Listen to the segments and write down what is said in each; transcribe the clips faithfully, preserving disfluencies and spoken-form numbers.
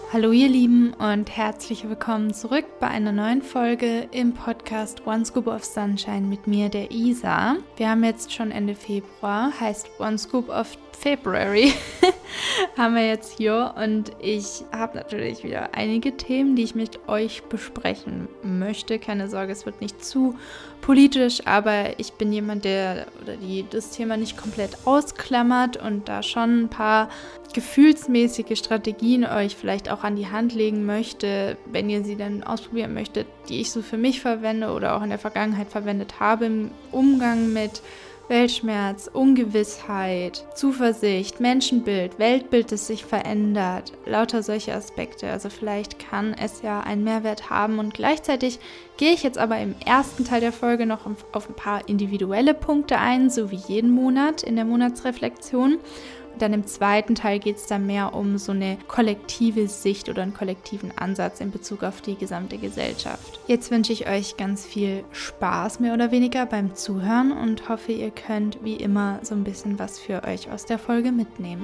Hallo ihr Lieben und herzlich willkommen zurück bei einer neuen Folge im Podcast One Scoop of Sunshine mit mir, der Isa. Wir haben jetzt schon Ende Februar, heißt One Scoop of February haben wir jetzt hier und ich habe natürlich wieder einige Themen, die ich mit euch besprechen möchte. Keine Sorge, es wird nicht zu politisch, aber ich bin jemand, der oder die das Thema nicht komplett ausklammert und da schon ein paar gefühlsmäßige Strategien euch vielleicht auch an die Hand legen möchte, wenn ihr sie dann ausprobieren möchtet, die ich so für mich verwende oder auch in der Vergangenheit verwendet habe im Umgang mit Weltschmerz, Ungewissheit, Zuversicht, Menschenbild, Weltbild, das sich verändert, lauter solche Aspekte. Also vielleicht kann es ja einen Mehrwert haben und gleichzeitig gehe ich jetzt aber im ersten Teil der Folge noch auf ein paar individuelle Punkte ein, so wie jeden Monat in der Monatsreflexion. Und dann im zweiten Teil geht es dann mehr um so eine kollektive Sicht oder einen kollektiven Ansatz in Bezug auf die gesamte Gesellschaft. Jetzt wünsche ich euch ganz viel Spaß, mehr oder weniger, beim Zuhören und hoffe, ihr könnt wie immer so ein bisschen was für euch aus der Folge mitnehmen.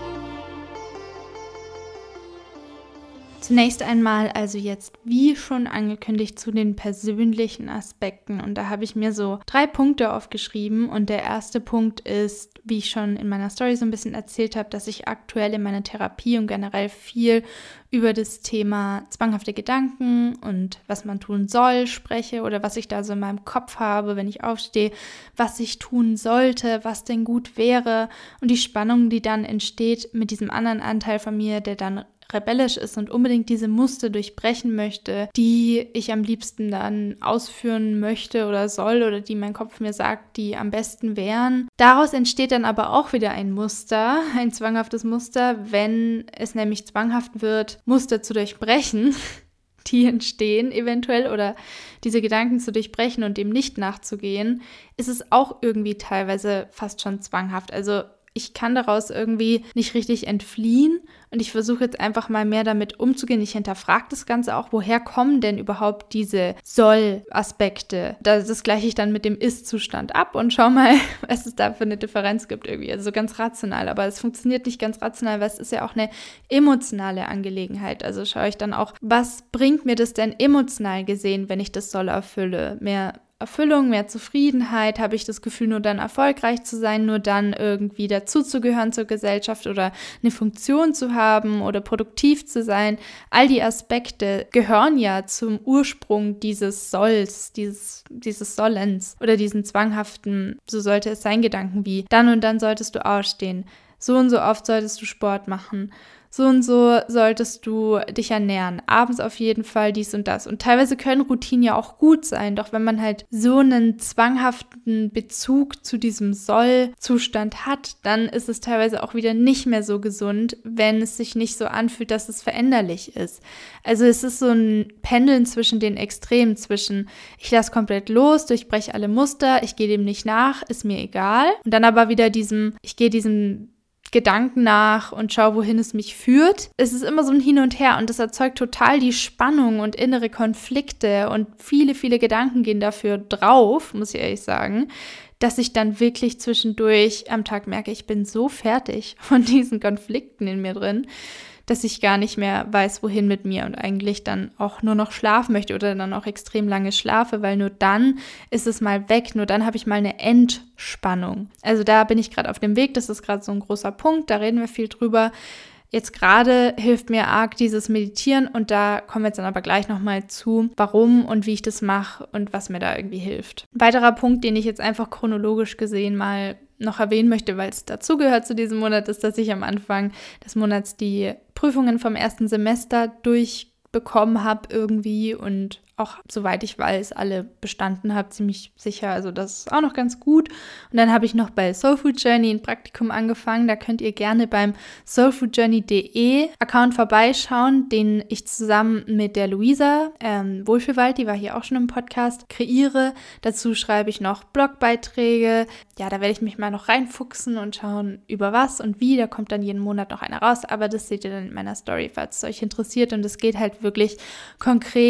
Zunächst einmal also jetzt, wie schon angekündigt, zu den persönlichen Aspekten. Und da habe ich mir so drei Punkte aufgeschrieben. Und der erste Punkt ist, wie ich schon in meiner Story so ein bisschen erzählt habe, dass ich aktuell in meiner Therapie und generell viel über das Thema zwanghafte Gedanken und was man tun soll spreche oder was ich da so in meinem Kopf habe, wenn ich aufstehe, was ich tun sollte, was denn gut wäre und die Spannung, die dann entsteht mit diesem anderen Anteil von mir, der dann rebellisch ist und unbedingt diese Muster durchbrechen möchte, die ich am liebsten dann ausführen möchte oder soll oder die mein Kopf mir sagt, die am besten wären. Daraus entsteht dann aber auch wieder ein Muster, ein zwanghaftes Muster, wenn es nämlich zwanghaft wird, Muster zu durchbrechen, die entstehen eventuell oder diese Gedanken zu durchbrechen und dem nicht nachzugehen, ist es auch irgendwie teilweise fast schon zwanghaft. Also ich kann daraus irgendwie nicht richtig entfliehen und ich versuche jetzt einfach mal mehr damit umzugehen. Ich hinterfrage das Ganze auch, woher kommen denn überhaupt diese Soll-Aspekte? Das gleiche ich dann mit dem Ist-Zustand ab und schau mal, was es da für eine Differenz gibt irgendwie. Also so ganz rational, aber es funktioniert nicht ganz rational, weil es ist ja auch eine emotionale Angelegenheit. Also schaue ich dann auch, was bringt mir das denn emotional gesehen, wenn ich das Soll erfülle? Mehr Erfüllung, mehr Zufriedenheit, habe ich das Gefühl, nur dann erfolgreich zu sein, nur dann irgendwie dazuzugehören zur Gesellschaft oder eine Funktion zu haben oder produktiv zu sein. All die Aspekte gehören ja zum Ursprung dieses Solls, dieses, dieses Sollens oder diesen zwanghaften, so sollte es sein, Gedanken wie, dann und dann solltest du aufstehen, so und so oft solltest du Sport machen, so und so solltest du dich ernähren, abends auf jeden Fall dies und das. Und teilweise können Routinen ja auch gut sein, doch wenn man halt so einen zwanghaften Bezug zu diesem Soll-Zustand hat, dann ist es teilweise auch wieder nicht mehr so gesund, wenn es sich nicht so anfühlt, dass es veränderlich ist. Also es ist so ein Pendeln zwischen den Extremen, zwischen ich lasse komplett los, durchbreche alle Muster, ich gehe dem nicht nach, ist mir egal. Und dann aber wieder diesem, ich gehe diesem Gedanken nach und schau, wohin es mich führt. Es ist immer so ein Hin und Her und das erzeugt total die Spannung und innere Konflikte und viele, viele Gedanken gehen dafür drauf, muss ich ehrlich sagen, dass ich dann wirklich zwischendurch am Tag merke, ich bin so fertig von diesen Konflikten in mir drin, dass ich gar nicht mehr weiß, wohin mit mir und eigentlich dann auch nur noch schlafen möchte oder dann auch extrem lange schlafe, weil nur dann ist es mal weg, nur dann habe ich mal eine Entspannung. Also da bin ich gerade auf dem Weg, das ist gerade so ein großer Punkt, da reden wir viel drüber. Jetzt gerade hilft mir arg dieses Meditieren und da kommen wir jetzt dann aber gleich nochmal zu, warum und wie ich das mache und was mir da irgendwie hilft. Ein weiterer Punkt, den ich jetzt einfach chronologisch gesehen mal noch erwähnen möchte, weil es dazugehört zu diesem Monat, ist, dass ich am Anfang des Monats die Prüfungen vom ersten Semester durchbekommen habe irgendwie und auch, soweit ich weiß, alle bestanden habe, ziemlich sicher. Also das ist auch noch ganz gut. Und dann habe ich noch bei Soul Food Journey ein Praktikum angefangen. Da könnt ihr gerne beim soulfoodjourney punkt de Account vorbeischauen, den ich zusammen mit der Luisa ähm, Wohlfühlwald, die war hier auch schon im Podcast, kreiere. Dazu schreibe ich noch Blogbeiträge. Ja, da werde ich mich mal noch reinfuchsen und schauen, über was und wie. Da kommt dann jeden Monat noch einer raus. Aber das seht ihr dann in meiner Story, falls es euch interessiert. Und es geht halt wirklich konkret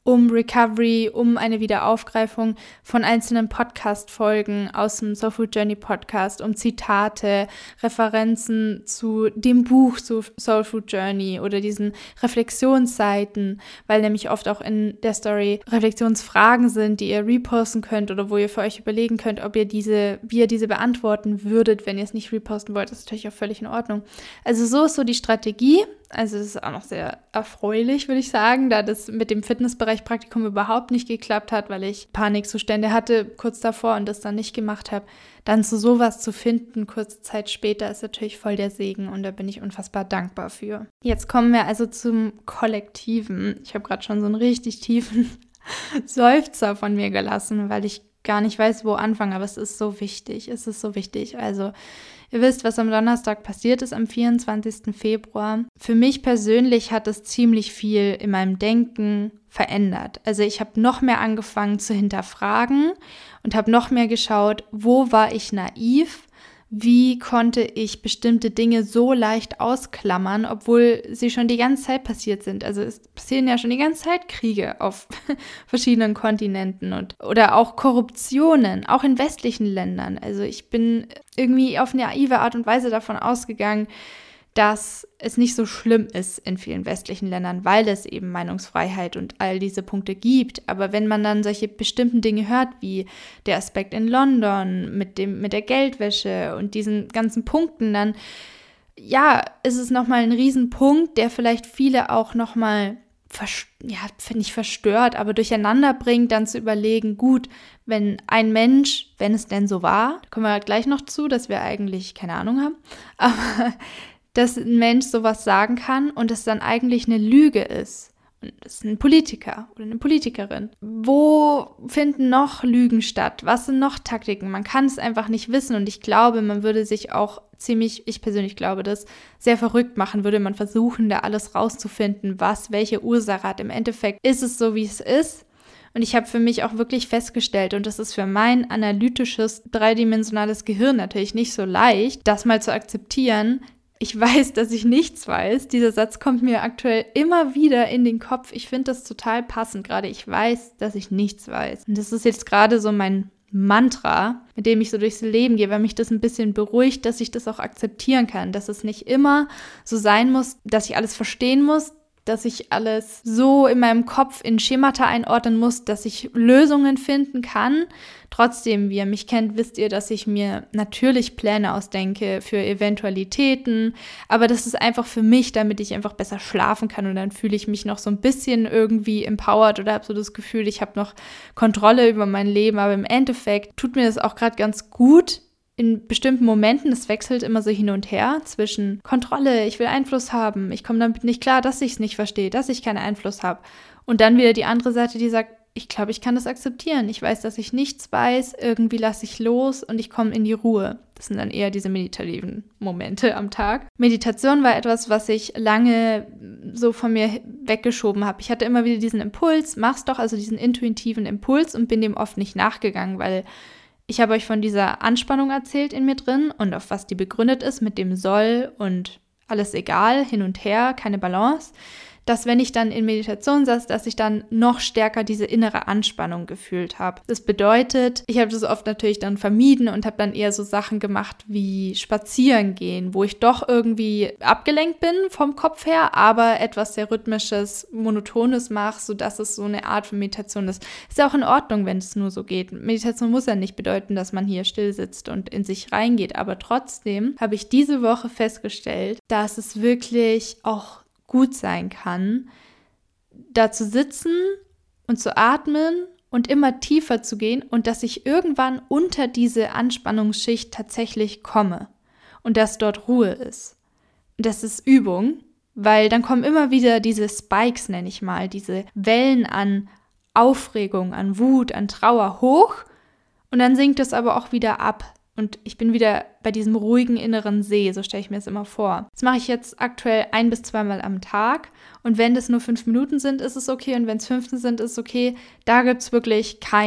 um Recovery, um eine Wiederaufgreifung von einzelnen Podcast-Folgen aus dem Soul Food Journey Podcast, um Zitate, Referenzen zu dem Buch zu Soul Food Journey oder diesen Reflexionsseiten, weil nämlich oft auch in der Story Reflexionsfragen sind, die ihr reposten könnt oder wo ihr für euch überlegen könnt, ob ihr diese, wie ihr diese beantworten würdet, wenn ihr es nicht reposten wollt. Das ist natürlich auch völlig in Ordnung. Also so ist so die Strategie. Also es ist auch noch sehr erfreulich, würde ich sagen, da das mit dem Fitnessbereich Praktikum überhaupt nicht geklappt hat, weil ich Panikzustände hatte kurz davor und das dann nicht gemacht habe. Dann zu sowas zu finden, kurze Zeit später, ist natürlich voll der Segen und da bin ich unfassbar dankbar für. Jetzt kommen wir also zum Kollektiven. Ich habe gerade schon so einen richtig tiefen Seufzer von mir gelassen, weil ich gar nicht weiß, wo anfangen, aber es ist so wichtig, es ist so wichtig. Also ihr wisst, was am Donnerstag passiert ist, am vierundzwanzigsten Februar. Für mich persönlich hat es ziemlich viel in meinem Denken verändert. Also ich habe noch mehr angefangen zu hinterfragen und habe noch mehr geschaut, wo war ich naiv? Wie konnte ich bestimmte Dinge so leicht ausklammern, obwohl sie schon die ganze Zeit passiert sind? Also es passieren ja schon die ganze Zeit Kriege auf verschiedenen Kontinenten und oder auch Korruptionen, auch in westlichen Ländern. Also ich bin irgendwie auf eine naive Art und Weise davon ausgegangen, dass es nicht so schlimm ist in vielen westlichen Ländern, weil es eben Meinungsfreiheit und all diese Punkte gibt. Aber wenn man dann solche bestimmten Dinge hört, wie der Aspekt in London mit dem, mit der Geldwäsche und diesen ganzen Punkten, dann ja, ist es nochmal ein Riesenpunkt, der vielleicht viele auch nochmal, ja, finde ich verstört, aber durcheinander bringt, dann zu überlegen, gut, wenn ein Mensch, wenn es denn so war, da kommen wir gleich noch zu, dass wir eigentlich keine Ahnung haben, aber dass ein Mensch sowas sagen kann und es dann eigentlich eine Lüge ist. Und das ist ein Politiker oder eine Politikerin. Wo finden noch Lügen statt? Was sind noch Taktiken? Man kann es einfach nicht wissen und ich glaube, man würde sich auch ziemlich, ich persönlich glaube das, sehr verrückt machen, würde man versuchen, da alles rauszufinden, was welche Ursache hat. Im Endeffekt ist es so, wie es ist. Und ich habe für mich auch wirklich festgestellt, und das ist für mein analytisches, dreidimensionales Gehirn natürlich nicht so leicht, das mal zu akzeptieren. Ich weiß, dass ich nichts weiß. Dieser Satz kommt mir aktuell immer wieder in den Kopf. Ich finde das total passend gerade. Ich weiß, dass ich nichts weiß. Und das ist jetzt gerade so mein Mantra, mit dem ich so durchs Leben gehe, weil mich das ein bisschen beruhigt, dass ich das auch akzeptieren kann, dass es nicht immer so sein muss, dass ich alles verstehen muss, dass ich alles so in meinem Kopf in Schemata einordnen muss, dass ich Lösungen finden kann. Trotzdem, wie ihr mich kennt, wisst ihr, dass ich mir natürlich Pläne ausdenke für Eventualitäten, aber das ist einfach für mich, damit ich einfach besser schlafen kann und dann fühle ich mich noch so ein bisschen irgendwie empowered oder habe so das Gefühl, ich habe noch Kontrolle über mein Leben, aber im Endeffekt tut mir das auch gerade ganz gut, in bestimmten Momenten, es wechselt immer so hin und her zwischen Kontrolle, ich will Einfluss haben, ich komme damit nicht klar, dass ich es nicht verstehe, dass ich keinen Einfluss habe. Und dann wieder die andere Seite, die sagt, ich glaube, ich kann das akzeptieren. Ich weiß, dass ich nichts weiß, irgendwie lasse ich los und ich komme in die Ruhe. Das sind dann eher diese meditativen Momente am Tag. Meditation war etwas, was ich lange so von mir weggeschoben habe. Ich hatte immer wieder diesen Impuls, mach's doch, also diesen intuitiven Impuls und bin dem oft nicht nachgegangen, weil ich habe euch von dieser Anspannung erzählt in mir drin und auf was die begründet ist, mit dem Soll und alles egal, hin und her, keine Balance, dass wenn ich dann in Meditation saß, dass ich dann noch stärker diese innere Anspannung gefühlt habe. Das bedeutet, ich habe das oft natürlich dann vermieden und habe dann eher so Sachen gemacht wie spazieren gehen, wo ich doch irgendwie abgelenkt bin vom Kopf her, aber etwas sehr Rhythmisches, Monotones mache, sodass es so eine Art von Meditation ist. Ist ja auch in Ordnung, wenn es nur so geht. Meditation muss ja nicht bedeuten, dass man hier still sitzt und in sich reingeht, aber trotzdem habe ich diese Woche festgestellt, dass es wirklich auch gut sein kann, da zu sitzen und zu atmen und immer tiefer zu gehen und dass ich irgendwann unter diese Anspannungsschicht tatsächlich komme und dass dort Ruhe ist. Das ist Übung, weil dann kommen immer wieder diese Spikes, nenne ich mal, diese Wellen an Aufregung, an Wut, an Trauer hoch und dann sinkt es aber auch wieder ab. Und ich bin wieder bei diesem ruhigen inneren See, so stelle ich mir das immer vor. Das mache ich jetzt aktuell ein- bis zweimal am Tag. Und wenn das nur fünf Minuten sind, ist es okay. Und wenn es fünfzehn sind, ist es okay. Da gibt es wirklich kein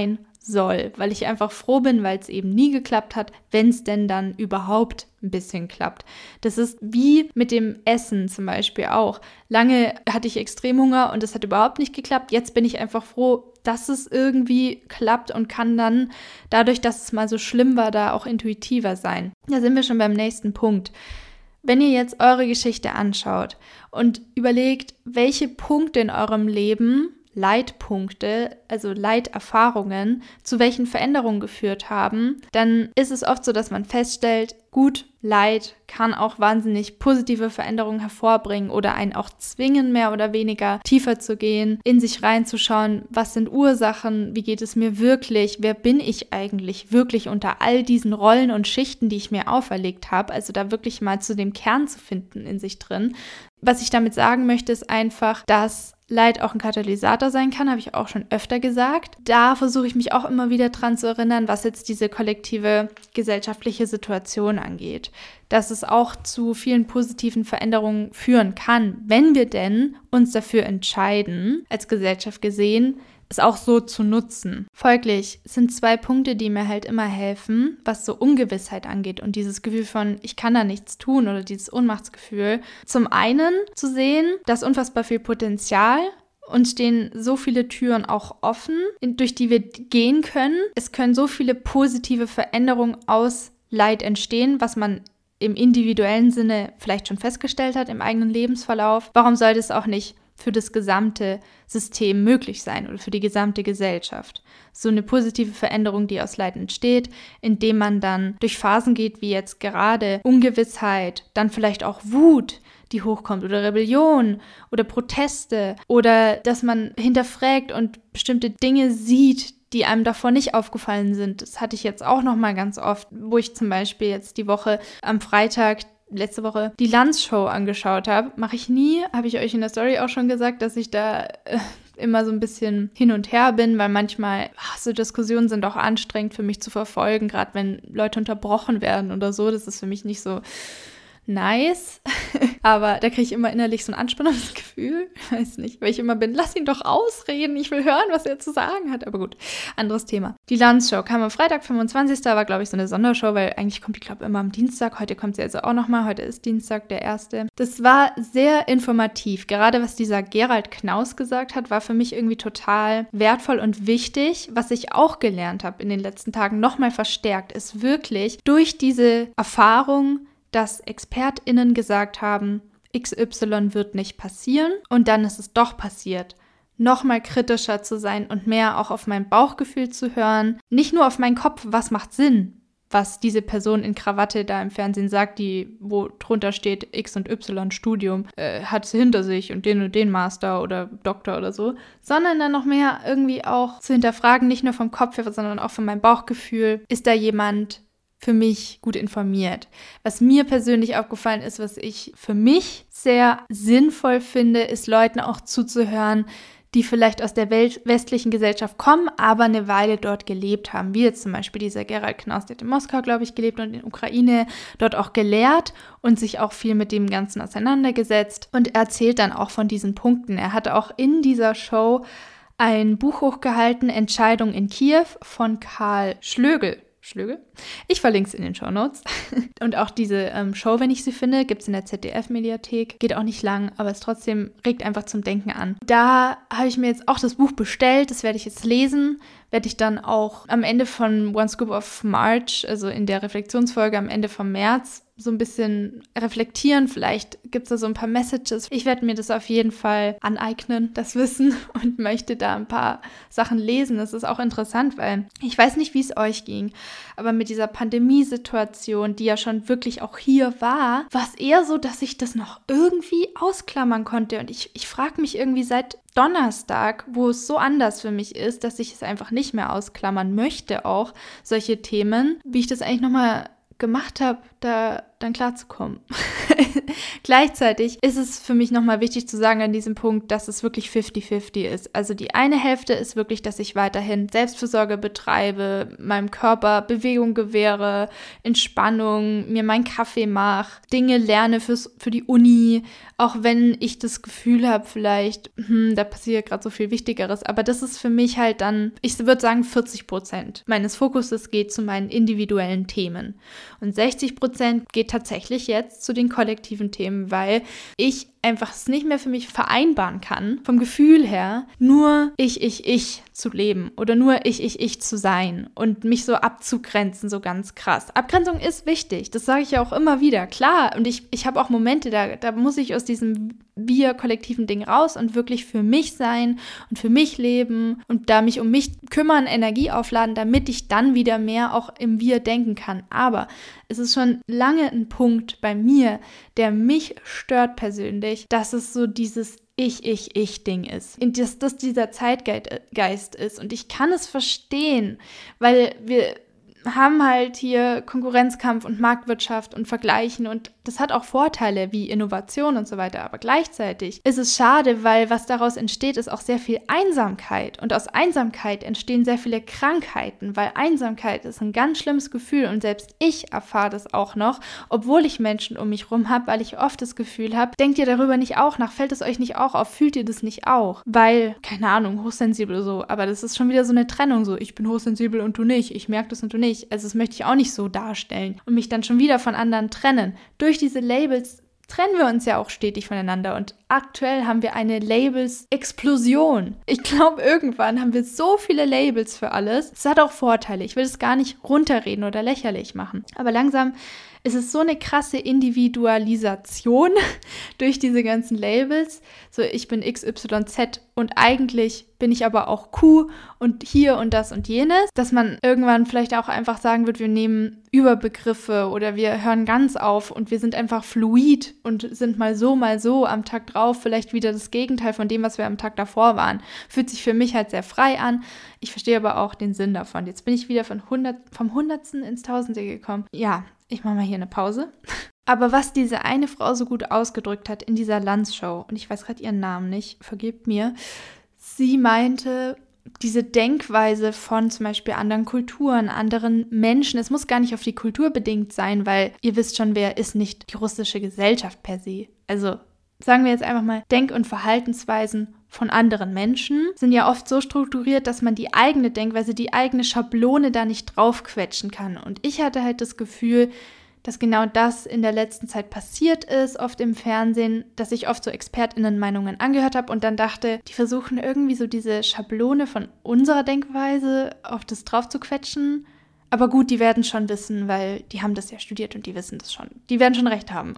soll, weil ich einfach froh bin, weil es eben nie geklappt hat, wenn es denn dann überhaupt ein bisschen klappt. Das ist wie mit dem Essen zum Beispiel auch. Lange hatte ich extrem Hunger und es hat überhaupt nicht geklappt. Jetzt bin ich einfach froh, dass es irgendwie klappt und kann dann dadurch, dass es mal so schlimm war, da auch intuitiver sein. Da sind wir schon beim nächsten Punkt. Wenn ihr jetzt eure Geschichte anschaut und überlegt, welche Punkte in eurem Leben, Leitpunkte, also Leiterfahrungen, zu welchen Veränderungen geführt haben, dann ist es oft so, dass man feststellt, gut, Leid kann auch wahnsinnig positive Veränderungen hervorbringen oder einen auch zwingen, mehr oder weniger tiefer zu gehen, in sich reinzuschauen, was sind Ursachen, wie geht es mir wirklich, wer bin ich eigentlich wirklich unter all diesen Rollen und Schichten, die ich mir auferlegt habe, also da wirklich mal zu dem Kern zu finden in sich drin. Was ich damit sagen möchte, ist einfach, dass Leid auch ein Katalysator sein kann, habe ich auch schon öfter gesagt. Da versuche ich mich auch immer wieder dran zu erinnern, was jetzt diese kollektive gesellschaftliche Situation angeht. Dass es auch zu vielen positiven Veränderungen führen kann, wenn wir denn uns dafür entscheiden, als Gesellschaft gesehen, es auch so zu nutzen. Folglich sind zwei Punkte, die mir halt immer helfen, was so Ungewissheit angeht und dieses Gefühl von, ich kann da nichts tun oder dieses Ohnmachtsgefühl. Zum einen zu sehen, dass unfassbar viel Potenzial und stehen so viele Türen auch offen, durch die wir gehen können. Es können so viele positive Veränderungen aus Leid entstehen, was man im individuellen Sinne vielleicht schon festgestellt hat im eigenen Lebensverlauf. Warum sollte es auch nicht für das gesamte System möglich sein oder für die gesamte Gesellschaft? So eine positive Veränderung, die aus Leid entsteht, indem man dann durch Phasen geht, wie jetzt gerade Ungewissheit, dann vielleicht auch Wut, die hochkommt oder Rebellion oder Proteste oder dass man hinterfragt und bestimmte Dinge sieht, die einem davor nicht aufgefallen sind. Das hatte ich jetzt auch noch mal ganz oft, wo ich zum Beispiel jetzt die Woche am Freitag letzte Woche die Lanz-Show angeschaut habe. Mache ich nie, habe ich euch in der Story auch schon gesagt, dass ich da äh, immer so ein bisschen hin und her bin, weil manchmal ach, so Diskussionen sind auch anstrengend für mich zu verfolgen, gerade wenn Leute unterbrochen werden oder so. Das ist für mich nicht so nice, aber da kriege ich immer innerlich so ein Anspannungsgefühl, weiß nicht, weil ich immer bin, lass ihn doch ausreden, ich will hören, was er zu sagen hat, aber gut, anderes Thema. Die Lanz-Show kam am Freitag, fünfundzwanzigsten war, glaube ich, so eine Sondershow, weil eigentlich kommt die, glaube ich, immer am Dienstag, heute kommt sie also auch nochmal, heute ist Dienstag, der erste. Das war sehr informativ, gerade was dieser Gerald Knaus gesagt hat, war für mich irgendwie total wertvoll und wichtig, was ich auch gelernt habe in den letzten Tagen, nochmal verstärkt, ist wirklich durch diese Erfahrung, dass ExpertInnen gesagt haben, X Y wird nicht passieren und dann ist es doch passiert. Nochmal kritischer zu sein und mehr auch auf mein Bauchgefühl zu hören. Nicht nur auf meinen Kopf, was macht Sinn, was diese Person in Krawatte da im Fernsehen sagt, die, wo drunter steht X und Y Studium, äh, hat sie hinter sich und den und den Master oder Doktor oder so, sondern dann noch mehr irgendwie auch zu hinterfragen, nicht nur vom Kopf her, sondern auch von meinem Bauchgefühl. Ist da jemand für mich gut informiert? Was mir persönlich aufgefallen ist, was ich für mich sehr sinnvoll finde, ist Leuten auch zuzuhören, die vielleicht aus der Welt- westlichen Gesellschaft kommen, aber eine Weile dort gelebt haben. Wie jetzt zum Beispiel dieser Gerald Knaus, der hat in Moskau, glaube ich, gelebt und in der Ukraine dort auch gelehrt und sich auch viel mit dem Ganzen auseinandergesetzt. Und er erzählt dann auch von diesen Punkten. Er hat auch in dieser Show ein Buch hochgehalten, Entscheidung in Kiew von Karl Schlögel. Schlögel. Ich verlinke es in den Shownotes. Und auch diese ähm, Show, wenn ich sie finde, gibt es in der Z D F-Mediathek. Geht auch nicht lang, aber es trotzdem regt einfach zum Denken an. Da habe ich mir jetzt auch das Buch bestellt. Das werde ich jetzt lesen. Werde ich dann auch am Ende von One Scoop of March, also in der Reflexionsfolge am Ende vom März, so ein bisschen reflektieren. Vielleicht gibt es da so ein paar Messages. Ich werde mir das auf jeden Fall aneignen, das Wissen, und möchte da ein paar Sachen lesen. Das ist auch interessant, weil ich weiß nicht, wie es euch ging, aber mit dieser Pandemiesituation, die ja schon wirklich auch hier war, war es eher so, dass ich das noch irgendwie ausklammern konnte. Und ich, ich frage mich irgendwie seit Donnerstag, wo es so anders für mich ist, dass ich es einfach nicht mehr ausklammern möchte, auch solche Themen, wie ich das eigentlich nochmal gemacht habe, da dann klarzukommen. Gleichzeitig ist es für mich nochmal wichtig zu sagen an diesem Punkt, dass es wirklich fünfzig fünfzig ist. Also die eine Hälfte ist wirklich, dass ich weiterhin Selbstfürsorge betreibe, meinem Körper Bewegung gewähre, Entspannung, mir meinen Kaffee mache, Dinge lerne fürs, für die Uni, auch wenn ich das Gefühl habe, vielleicht, hm, da passiert gerade so viel Wichtigeres. Aber das ist für mich halt dann, ich würde sagen, vierzig Prozent meines Fokuses geht zu meinen individuellen Themen. Und sechzig Prozent geht tatsächlich jetzt zu den kollektiven Themen, weil ich einfach es nicht mehr für mich vereinbaren kann, vom Gefühl her, nur ich, ich, ich zu leben oder nur ich, ich, ich zu sein und mich so abzugrenzen, so ganz krass. Abgrenzung ist wichtig, das sage ich ja auch immer wieder, klar. Und ich, ich habe auch Momente, da, da muss ich aus diesem wir-kollektiven Ding raus und wirklich für mich sein und für mich leben und da mich um mich kümmern, Energie aufladen, damit ich dann wieder mehr auch im Wir denken kann. Aber es ist schon lange ein Punkt bei mir, der mich stört persönlich, dass es so dieses Ich, ich, ich Ding ist. Und dass das dieser Zeitgeist ist. Und ich kann es verstehen, weil wir haben halt hier Konkurrenzkampf und Marktwirtschaft und Vergleichen und das hat auch Vorteile wie Innovation und so weiter, aber gleichzeitig ist es schade, weil was daraus entsteht, ist auch sehr viel Einsamkeit und aus Einsamkeit entstehen sehr viele Krankheiten, weil Einsamkeit ist ein ganz schlimmes Gefühl und selbst ich erfahre das auch noch, obwohl ich Menschen um mich rum habe, weil ich oft das Gefühl habe, denkt ihr darüber nicht auch nach, fällt es euch nicht auch auf, fühlt ihr das nicht auch, weil, keine Ahnung, hochsensibel oder so, aber das ist schon wieder so eine Trennung, so ich bin hochsensibel und du nicht, ich merke das und du nicht. Also das möchte ich auch nicht so darstellen und mich dann schon wieder von anderen trennen. Durch diese Labels trennen wir uns ja auch stetig voneinander und aktuell haben wir eine Labels-Explosion. Ich glaube, irgendwann haben wir so viele Labels für alles. Es hat auch Vorteile. Ich will es gar nicht runterreden oder lächerlich machen. Aber langsam ist es so eine krasse Individualisation durch diese ganzen Labels. So, ich bin X Y Z und eigentlich bin ich aber auch Q und hier und das und jenes, dass man irgendwann vielleicht auch einfach sagen wird, wir nehmen Überbegriffe oder wir hören ganz auf und wir sind einfach fluid und sind mal so, mal so am Tag drauf, vielleicht wieder das Gegenteil von dem, was wir am Tag davor waren. Fühlt sich für mich halt sehr frei an. Ich verstehe aber auch den Sinn davon. Jetzt bin ich wieder von hundert, vom Hundertsten ins Tausende gekommen. Ja, ich mache mal hier eine Pause. Aber was diese eine Frau so gut ausgedrückt hat in dieser Lanz-Show, und ich weiß gerade ihren Namen nicht, vergebt mir, sie meinte, diese Denkweise von zum Beispiel anderen Kulturen, anderen Menschen, es muss gar nicht auf die Kultur bedingt sein, weil ihr wisst schon, wer ist nicht die russische Gesellschaft per se. Also sagen wir jetzt einfach mal, Denk- und Verhaltensweisen von anderen Menschen sind ja oft so strukturiert, dass man die eigene Denkweise, die eigene Schablone da nicht draufquetschen kann. Und ich hatte halt das Gefühl, dass genau das in der letzten Zeit passiert ist, oft im Fernsehen, dass ich oft so ExpertInnen-Meinungen angehört habe und dann dachte, die versuchen irgendwie so diese Schablone von unserer Denkweise auf das drauf zu quetschen. Aber gut, die werden schon wissen, weil die haben das ja studiert und die wissen das schon. Die werden schon recht haben.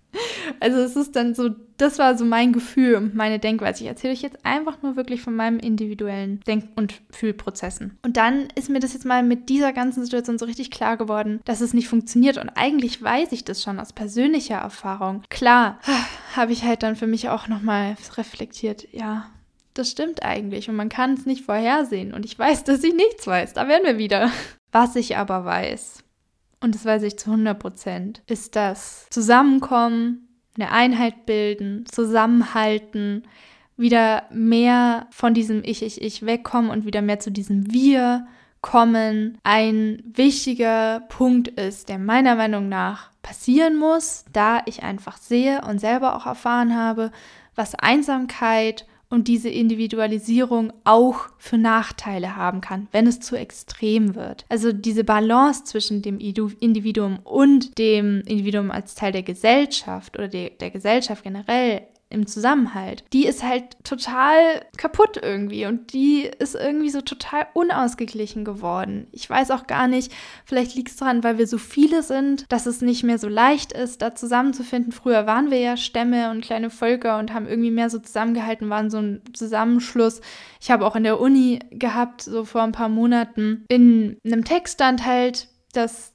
Also es ist dann so, das war so mein Gefühl und meine Denkweise. Ich erzähle euch jetzt einfach nur wirklich von meinen individuellen Denk- und Fühlprozessen. Und dann ist mir das jetzt mal mit dieser ganzen Situation so richtig klar geworden, dass es nicht funktioniert. Und eigentlich weiß ich das schon aus persönlicher Erfahrung. Klar, habe ich halt dann für mich auch nochmal reflektiert, ja, das stimmt eigentlich und man kann es nicht vorhersehen. Und ich weiß, dass ich nichts weiß. Da wären wir wieder. Was ich aber weiß, und das weiß ich zu hundert Prozent, ist das Zusammenkommen, eine Einheit bilden, zusammenhalten, wieder mehr von diesem Ich, Ich, Ich wegkommen und wieder mehr zu diesem Wir kommen, ein wichtiger Punkt ist, der meiner Meinung nach passieren muss, da ich einfach sehe und selber auch erfahren habe, was Einsamkeit und diese Individualisierung auch für Nachteile haben kann, wenn es zu extrem wird. Also diese Balance zwischen dem Individuum und dem Individuum als Teil der Gesellschaft oder der, der Gesellschaft generell im Zusammenhalt, die ist halt total kaputt irgendwie und die ist irgendwie so total unausgeglichen geworden. Ich weiß auch gar nicht, vielleicht liegt es daran, weil wir so viele sind, dass es nicht mehr so leicht ist, da zusammenzufinden. Früher waren wir ja Stämme und kleine Völker und haben irgendwie mehr so zusammengehalten, waren so ein Zusammenschluss. Ich habe auch in der Uni gehabt, so vor ein paar Monaten, in einem Text stand halt, dass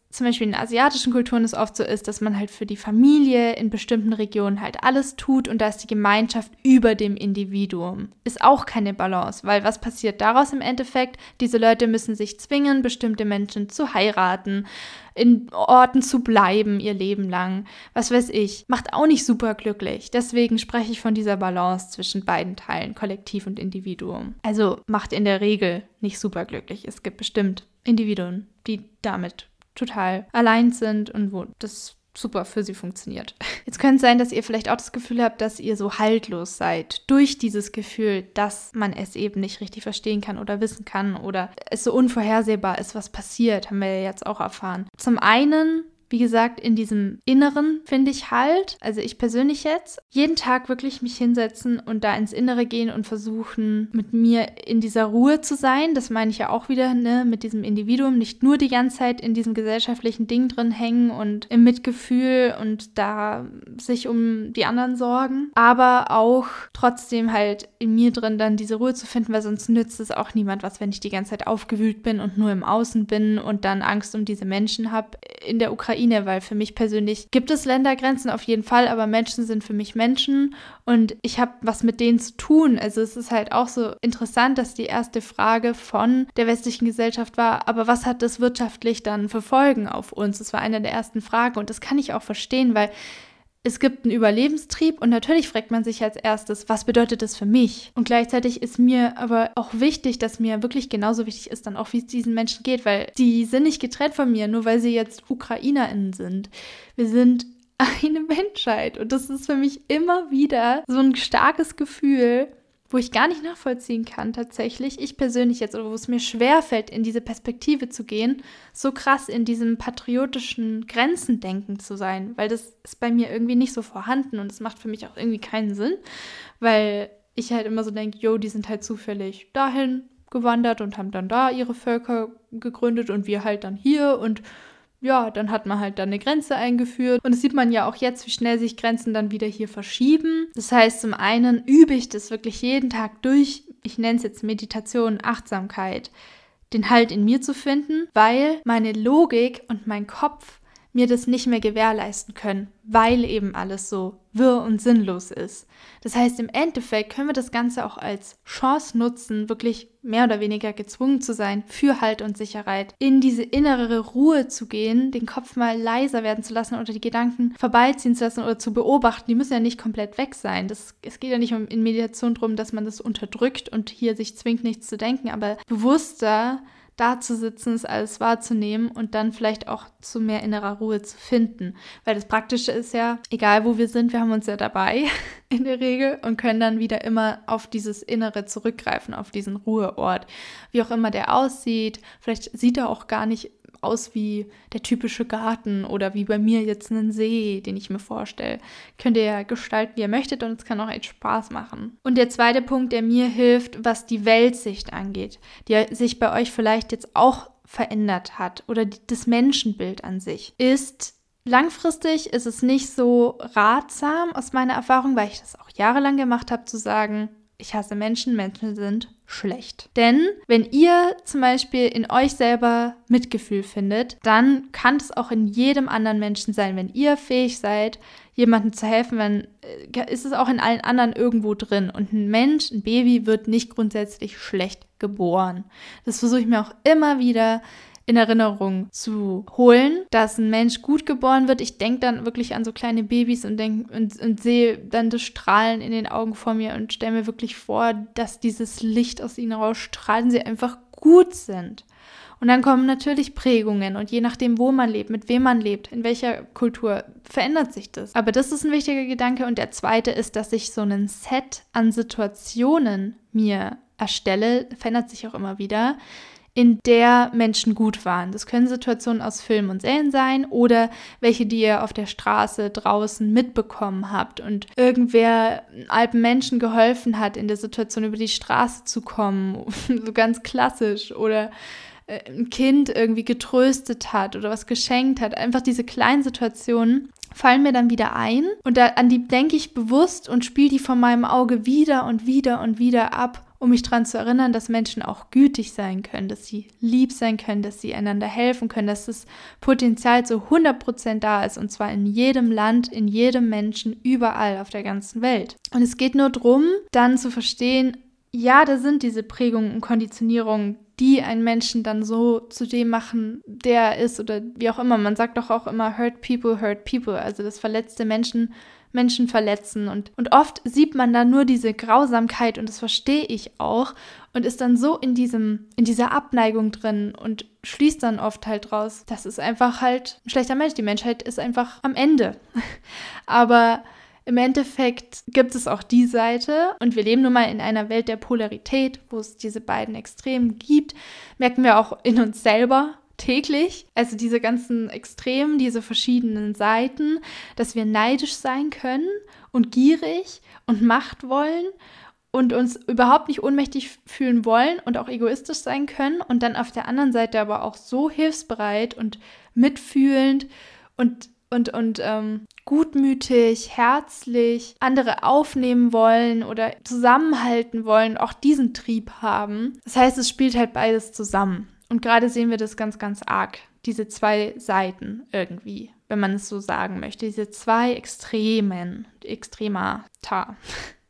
zum Beispiel in asiatischen Kulturen es oft so ist, dass man halt für die Familie in bestimmten Regionen halt alles tut und da ist die Gemeinschaft über dem Individuum. Ist auch keine Balance, weil was passiert daraus im Endeffekt? Diese Leute müssen sich zwingen, bestimmte Menschen zu heiraten, in Orten zu bleiben ihr Leben lang. Was weiß ich. Macht auch nicht super glücklich. Deswegen spreche ich von dieser Balance zwischen beiden Teilen, Kollektiv und Individuum. Also macht in der Regel nicht super glücklich. Es gibt bestimmt Individuen, die damit total allein sind und wo das super für sie funktioniert. Jetzt könnte es sein, dass ihr vielleicht auch das Gefühl habt, dass ihr so haltlos seid durch dieses Gefühl, dass man es eben nicht richtig verstehen kann oder wissen kann oder es so unvorhersehbar ist, was passiert, haben wir ja jetzt auch erfahren. Zum einen, wie gesagt, in diesem Inneren finde ich halt, also ich persönlich jetzt, jeden Tag wirklich mich hinsetzen und da ins Innere gehen und versuchen, mit mir in dieser Ruhe zu sein. Das meine ich ja auch wieder, ne, mit diesem Individuum, nicht nur die ganze Zeit in diesem gesellschaftlichen Ding drin hängen und im Mitgefühl und da sich um die anderen sorgen, aber auch trotzdem halt in mir drin dann diese Ruhe zu finden, weil sonst nützt es auch niemand was, wenn ich die ganze Zeit aufgewühlt bin und nur im Außen bin und dann Angst um diese Menschen habe in der Ukraine. Weil für mich persönlich gibt es Ländergrenzen auf jeden Fall, aber Menschen sind für mich Menschen und ich habe was mit denen zu tun. Also es ist halt auch so interessant, dass die erste Frage von der westlichen Gesellschaft war, aber was hat das wirtschaftlich dann für Folgen auf uns? Das war eine der ersten Fragen und das kann ich auch verstehen, weil es gibt einen Überlebenstrieb und natürlich fragt man sich als erstes, was bedeutet das für mich? Und gleichzeitig ist mir aber auch wichtig, dass mir wirklich genauso wichtig ist dann auch, wie es diesen Menschen geht, weil die sind nicht getrennt von mir, nur weil sie jetzt UkrainerInnen sind. Wir sind eine Menschheit und das ist für mich immer wieder so ein starkes Gefühl, wo ich gar nicht nachvollziehen kann tatsächlich, ich persönlich jetzt, oder wo es mir schwerfällt, in diese Perspektive zu gehen, so krass in diesem patriotischen Grenzendenken zu sein, weil das ist bei mir irgendwie nicht so vorhanden und es macht für mich auch irgendwie keinen Sinn, weil ich halt immer so denke, jo, die sind halt zufällig dahin gewandert und haben dann da ihre Völker gegründet und wir halt dann hier und ja, dann hat man halt dann eine Grenze eingeführt und das sieht man ja auch jetzt, wie schnell sich Grenzen dann wieder hier verschieben. Das heißt, zum einen übe ich das wirklich jeden Tag durch, ich nenne es jetzt Meditation, Achtsamkeit, den Halt in mir zu finden, weil meine Logik und mein Kopf mir das nicht mehr gewährleisten können, weil eben alles so wirr und sinnlos ist. Das heißt, im Endeffekt können wir das Ganze auch als Chance nutzen, wirklich mehr oder weniger gezwungen zu sein, für Halt und Sicherheit, in diese innere Ruhe zu gehen, den Kopf mal leiser werden zu lassen oder die Gedanken vorbeiziehen zu lassen oder zu beobachten. Die müssen ja nicht komplett weg sein. Das, es geht ja nicht um in Meditation darum, dass man das unterdrückt und hier sich zwingt, nichts zu denken, aber bewusster da zu sitzen, es alles wahrzunehmen und dann vielleicht auch zu mehr innerer Ruhe zu finden. Weil das Praktische ist ja, egal wo wir sind, wir haben uns ja dabei in der Regel und können dann wieder immer auf dieses Innere zurückgreifen, auf diesen Ruheort. Wie auch immer der aussieht, vielleicht sieht er auch gar nicht aus wie der typische Garten oder wie bei mir jetzt einen See, den ich mir vorstelle. Könnt ihr ja gestalten, wie ihr möchtet und es kann auch echt Spaß machen. Und der zweite Punkt, der mir hilft, was die Weltsicht angeht, die sich bei euch vielleicht jetzt auch verändert hat oder das Menschenbild an sich, ist langfristig ist es nicht so ratsam aus meiner Erfahrung, weil ich das auch jahrelang gemacht habe, zu sagen, ich hasse Menschen, Menschen sind schlecht. Denn wenn ihr zum Beispiel in euch selber Mitgefühl findet, dann kann es auch in jedem anderen Menschen sein. Wenn ihr fähig seid, jemandem zu helfen, dann ist es auch in allen anderen irgendwo drin. Und ein Mensch, ein Baby wird nicht grundsätzlich schlecht geboren. Das versuche ich mir auch immer wieder in Erinnerung zu holen, dass ein Mensch gut geboren wird. Ich denke dann wirklich an so kleine Babys und, denk, und, und sehe dann das Strahlen in den Augen vor mir und stelle mir wirklich vor, dass dieses Licht aus ihnen rausstrahlt und sie einfach gut sind. Und dann kommen natürlich Prägungen und je nachdem, wo man lebt, mit wem man lebt, in welcher Kultur, verändert sich das. Aber das ist ein wichtiger Gedanke und der zweite ist, dass ich so einen Set an Situationen mir erstelle, verändert sich auch immer wieder, in der Menschen gut waren. Das können Situationen aus Filmen und Serien sein oder welche, die ihr auf der Straße draußen mitbekommen habt und irgendwer alten Menschen geholfen hat, in der Situation über die Straße zu kommen, so ganz klassisch, oder ein Kind irgendwie getröstet hat oder was geschenkt hat. Einfach diese kleinen Situationen fallen mir dann wieder ein und da, an die denke ich bewusst und spiele die vor meinem Auge wieder und wieder und wieder ab um mich daran zu erinnern, dass Menschen auch gütig sein können, dass sie lieb sein können, dass sie einander helfen können, dass das Potenzial zu hundert Prozent da ist und zwar in jedem Land, in jedem Menschen, überall auf der ganzen Welt. Und es geht nur darum, dann zu verstehen, ja, da sind diese Prägungen und Konditionierungen, die einen Menschen dann so zu dem machen, der er ist oder wie auch immer. Man sagt doch auch immer, hurt people, hurt people, also das verletzte Menschen Menschen verletzen und, und oft sieht man da nur diese Grausamkeit und das verstehe ich auch und ist dann so in diesem, in dieser Abneigung drin und schließt dann oft halt raus, das ist einfach halt ein schlechter Mensch, die Menschheit ist einfach am Ende. Aber im Endeffekt gibt es auch die Seite und wir leben nun mal in einer Welt der Polarität, wo es diese beiden Extremen gibt, merken wir auch in uns selber täglich, also diese ganzen Extremen, diese verschiedenen Seiten, dass wir neidisch sein können und gierig und Macht wollen und uns überhaupt nicht ohnmächtig fühlen wollen und auch egoistisch sein können und dann auf der anderen Seite aber auch so hilfsbereit und mitfühlend und, und, und ähm, gutmütig, herzlich andere aufnehmen wollen oder zusammenhalten wollen, auch diesen Trieb haben. Das heißt, es spielt halt beides zusammen. Und gerade sehen wir das ganz, ganz arg, diese zwei Seiten irgendwie, wenn man es so sagen möchte, diese zwei Extremen, Extremata.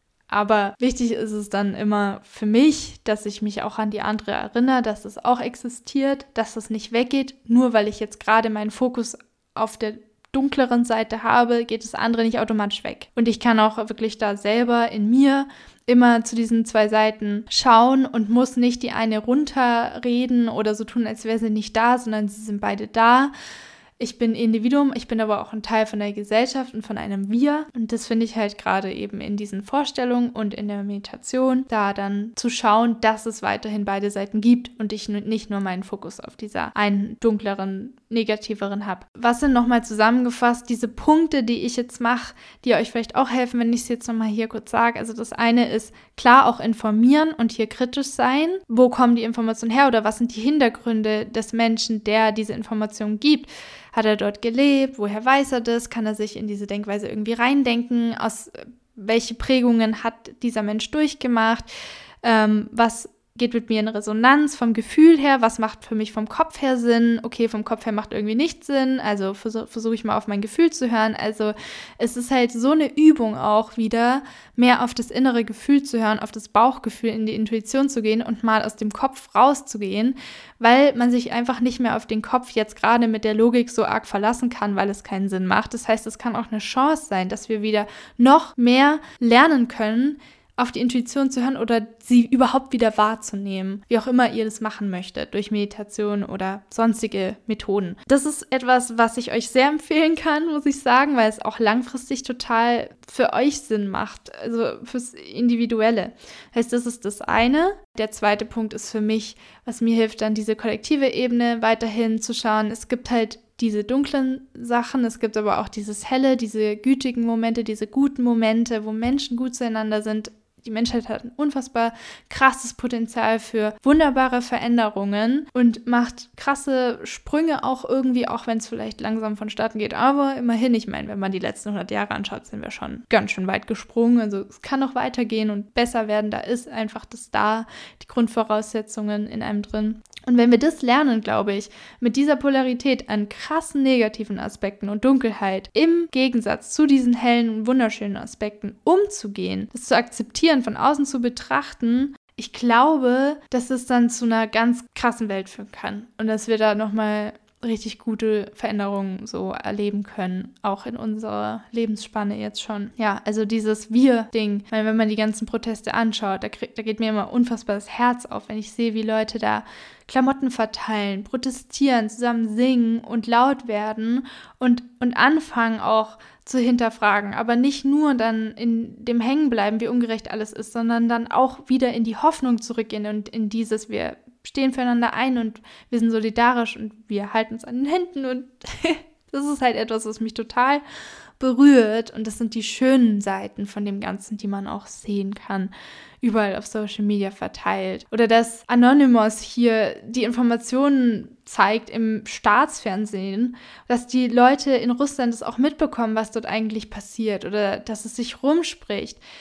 Aber wichtig ist es dann immer für mich, dass ich mich auch an die andere erinnere, dass es auch existiert, dass es nicht weggeht. Nur weil ich jetzt gerade meinen Fokus auf der dunkleren Seite habe, geht das andere nicht automatisch weg. Und ich kann auch wirklich da selber in mir immer zu diesen zwei Seiten schauen und muss nicht die eine runterreden oder so tun, als wäre sie nicht da, sondern sie sind beide da. Ich bin Individuum, ich bin aber auch ein Teil von der Gesellschaft und von einem Wir. Und das finde ich halt gerade eben in diesen Vorstellungen und in der Meditation, da dann zu schauen, dass es weiterhin beide Seiten gibt und ich nicht nur meinen Fokus auf dieser einen dunkleren, negativeren habe. Was sind nochmal zusammengefasst diese Punkte, die ich jetzt mache, die euch vielleicht auch helfen, wenn ich es jetzt nochmal hier kurz sage. Also das eine ist klar auch informieren und hier kritisch sein. Wo kommen die Informationen her oder was sind die Hintergründe des Menschen, der diese Informationen gibt? Hat er dort gelebt? Woher weiß er das? Kann er sich in diese Denkweise irgendwie reindenken? Aus welche Prägungen hat dieser Mensch durchgemacht? Ähm, was geht mit mir in Resonanz vom Gefühl her? Was macht für mich vom Kopf her Sinn? Okay, vom Kopf her macht irgendwie nichts Sinn. Also versuche versuch ich mal auf mein Gefühl zu hören. Also es ist halt so eine Übung auch wieder, mehr auf das innere Gefühl zu hören, auf das Bauchgefühl, in die Intuition zu gehen und mal aus dem Kopf rauszugehen, weil man sich einfach nicht mehr auf den Kopf jetzt gerade mit der Logik so arg verlassen kann, weil es keinen Sinn macht. Das heißt, es kann auch eine Chance sein, dass wir wieder noch mehr lernen können, auf die Intuition zu hören oder sie überhaupt wieder wahrzunehmen, wie auch immer ihr das machen möchtet, durch Meditation oder sonstige Methoden. Das ist etwas, was ich euch sehr empfehlen kann, muss ich sagen, weil es auch langfristig total für euch Sinn macht, also fürs Individuelle. Heißt, das ist das eine. Der zweite Punkt ist für mich, was mir hilft, dann diese kollektive Ebene weiterhin zu schauen. Es gibt halt diese dunklen Sachen, es gibt aber auch dieses helle, diese gütigen Momente, diese guten Momente, wo Menschen gut zueinander sind. Die Menschheit hat ein unfassbar krasses Potenzial für wunderbare Veränderungen und macht krasse Sprünge auch irgendwie, auch wenn es vielleicht langsam vonstatten geht. Aber immerhin, ich meine, wenn man die letzten hundert Jahre anschaut, sind wir schon ganz schön weit gesprungen. Also es kann noch weitergehen und besser werden. Da ist einfach das da, die Grundvoraussetzungen in einem drin. Und wenn wir das lernen, glaube ich, mit dieser Polarität an krassen negativen Aspekten und Dunkelheit im Gegensatz zu diesen hellen und wunderschönen Aspekten umzugehen, das zu akzeptieren, von außen zu betrachten, ich glaube, dass es dann zu einer ganz krassen Welt führen kann und dass wir da nochmal richtig gute Veränderungen so erleben können, auch in unserer Lebensspanne jetzt schon. Ja, also dieses Wir-Ding, ich meine, wenn man die ganzen Proteste anschaut, da, krieg, da geht mir immer unfassbar das Herz auf, wenn ich sehe, wie Leute da Klamotten verteilen, protestieren, zusammen singen und laut werden und, und anfangen auch zu hinterfragen, aber nicht nur dann in dem Hängen bleiben, wie ungerecht alles ist, sondern dann auch wieder in die Hoffnung zurückgehen und in dieses, wir stehen füreinander ein und wir sind solidarisch und wir halten uns an den Händen und das ist halt etwas, was mich total berührt und das sind die schönen Seiten von dem Ganzen, die man auch sehen kann, überall auf Social Media verteilt. Oder dass Anonymous hier die Informationen zeigt im Staatsfernsehen, dass die Leute in Russland das auch mitbekommen, was dort eigentlich passiert oder dass es sich rumspricht.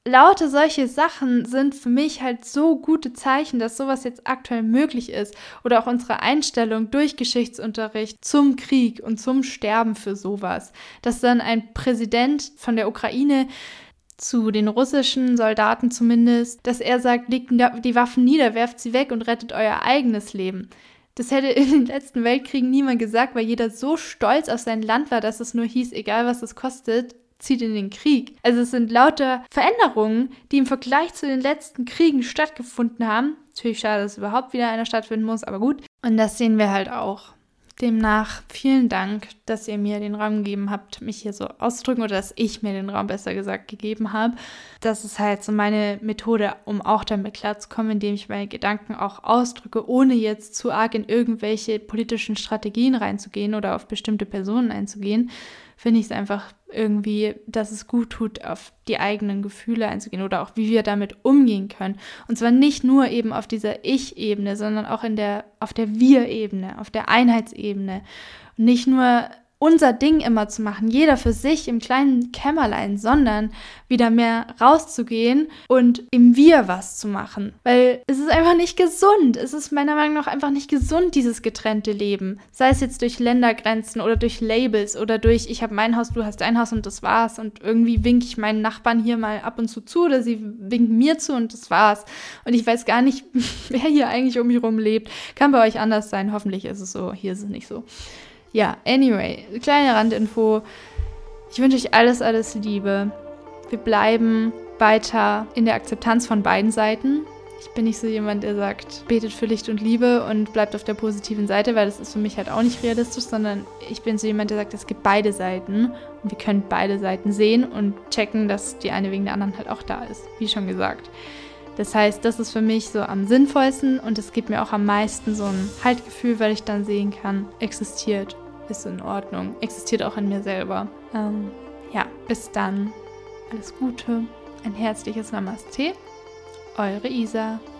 lauter solche Sachen sind für mich halt so gute Zeichen, dass sowas jetzt aktuell möglich ist. Oder auch unsere Einstellung durch Geschichtsunterricht zum Krieg und zum Sterben für sowas. Dass dann ein Präsident von der Ukraine zu den russischen Soldaten zumindest, dass er sagt, legt die Waffen nieder, werft sie weg und rettet euer eigenes Leben. Das hätte in den letzten Weltkriegen niemand gesagt, weil jeder so stolz auf sein Land war, dass es nur hieß, egal was es kostet, zieht in den Krieg. Also es sind lauter Veränderungen, die im Vergleich zu den letzten Kriegen stattgefunden haben. Natürlich schade, dass überhaupt wieder einer stattfinden muss, aber gut. Und das sehen wir halt auch. Demnach vielen Dank, dass ihr mir den Raum gegeben habt, mich hier so auszudrücken oder dass ich mir den Raum besser gesagt gegeben habe. Das ist halt so meine Methode, um auch damit klarzukommen, indem ich meine Gedanken auch ausdrücke, ohne jetzt zu arg in irgendwelche politischen Strategien reinzugehen oder auf bestimmte Personen einzugehen. Finde ich es einfach irgendwie, dass es gut tut, auf die eigenen Gefühle einzugehen oder auch wie wir damit umgehen können. Und zwar nicht nur eben auf dieser Ich-Ebene, sondern auch in der, auf der Wir-Ebene, auf der Einheitsebene. Und nicht nur unser Ding immer zu machen, jeder für sich im kleinen Kämmerlein, sondern wieder mehr rauszugehen und im Wir was zu machen. Weil es ist einfach nicht gesund. Es ist meiner Meinung nach einfach nicht gesund, dieses getrennte Leben. Sei es jetzt durch Ländergrenzen oder durch Labels oder durch ich habe mein Haus, du hast dein Haus und das war's. Und irgendwie winke ich meinen Nachbarn hier mal ab und zu zu oder sie winken mir zu und das war's. Und ich weiß gar nicht, wer hier eigentlich um mich rum lebt. Kann bei euch anders sein. Hoffentlich ist es so. Hier ist es nicht so. Ja, anyway, kleine Randinfo. Ich wünsche euch alles, alles Liebe. Wir bleiben weiter in der Akzeptanz von beiden Seiten. Ich bin nicht so jemand, der sagt, betet für Licht und Liebe und bleibt auf der positiven Seite, weil das ist für mich halt auch nicht realistisch, sondern ich bin so jemand, der sagt, es gibt beide Seiten und wir können beide Seiten sehen und checken, dass die eine wegen der anderen halt auch da ist, wie schon gesagt. Das heißt, das ist für mich so am sinnvollsten und es gibt mir auch am meisten so ein Haltgefühl, weil ich dann sehen kann, existiert, ist in Ordnung, existiert auch in mir selber. Ähm, ja, bis dann. Alles Gute, ein herzliches Namaste, eure Isa.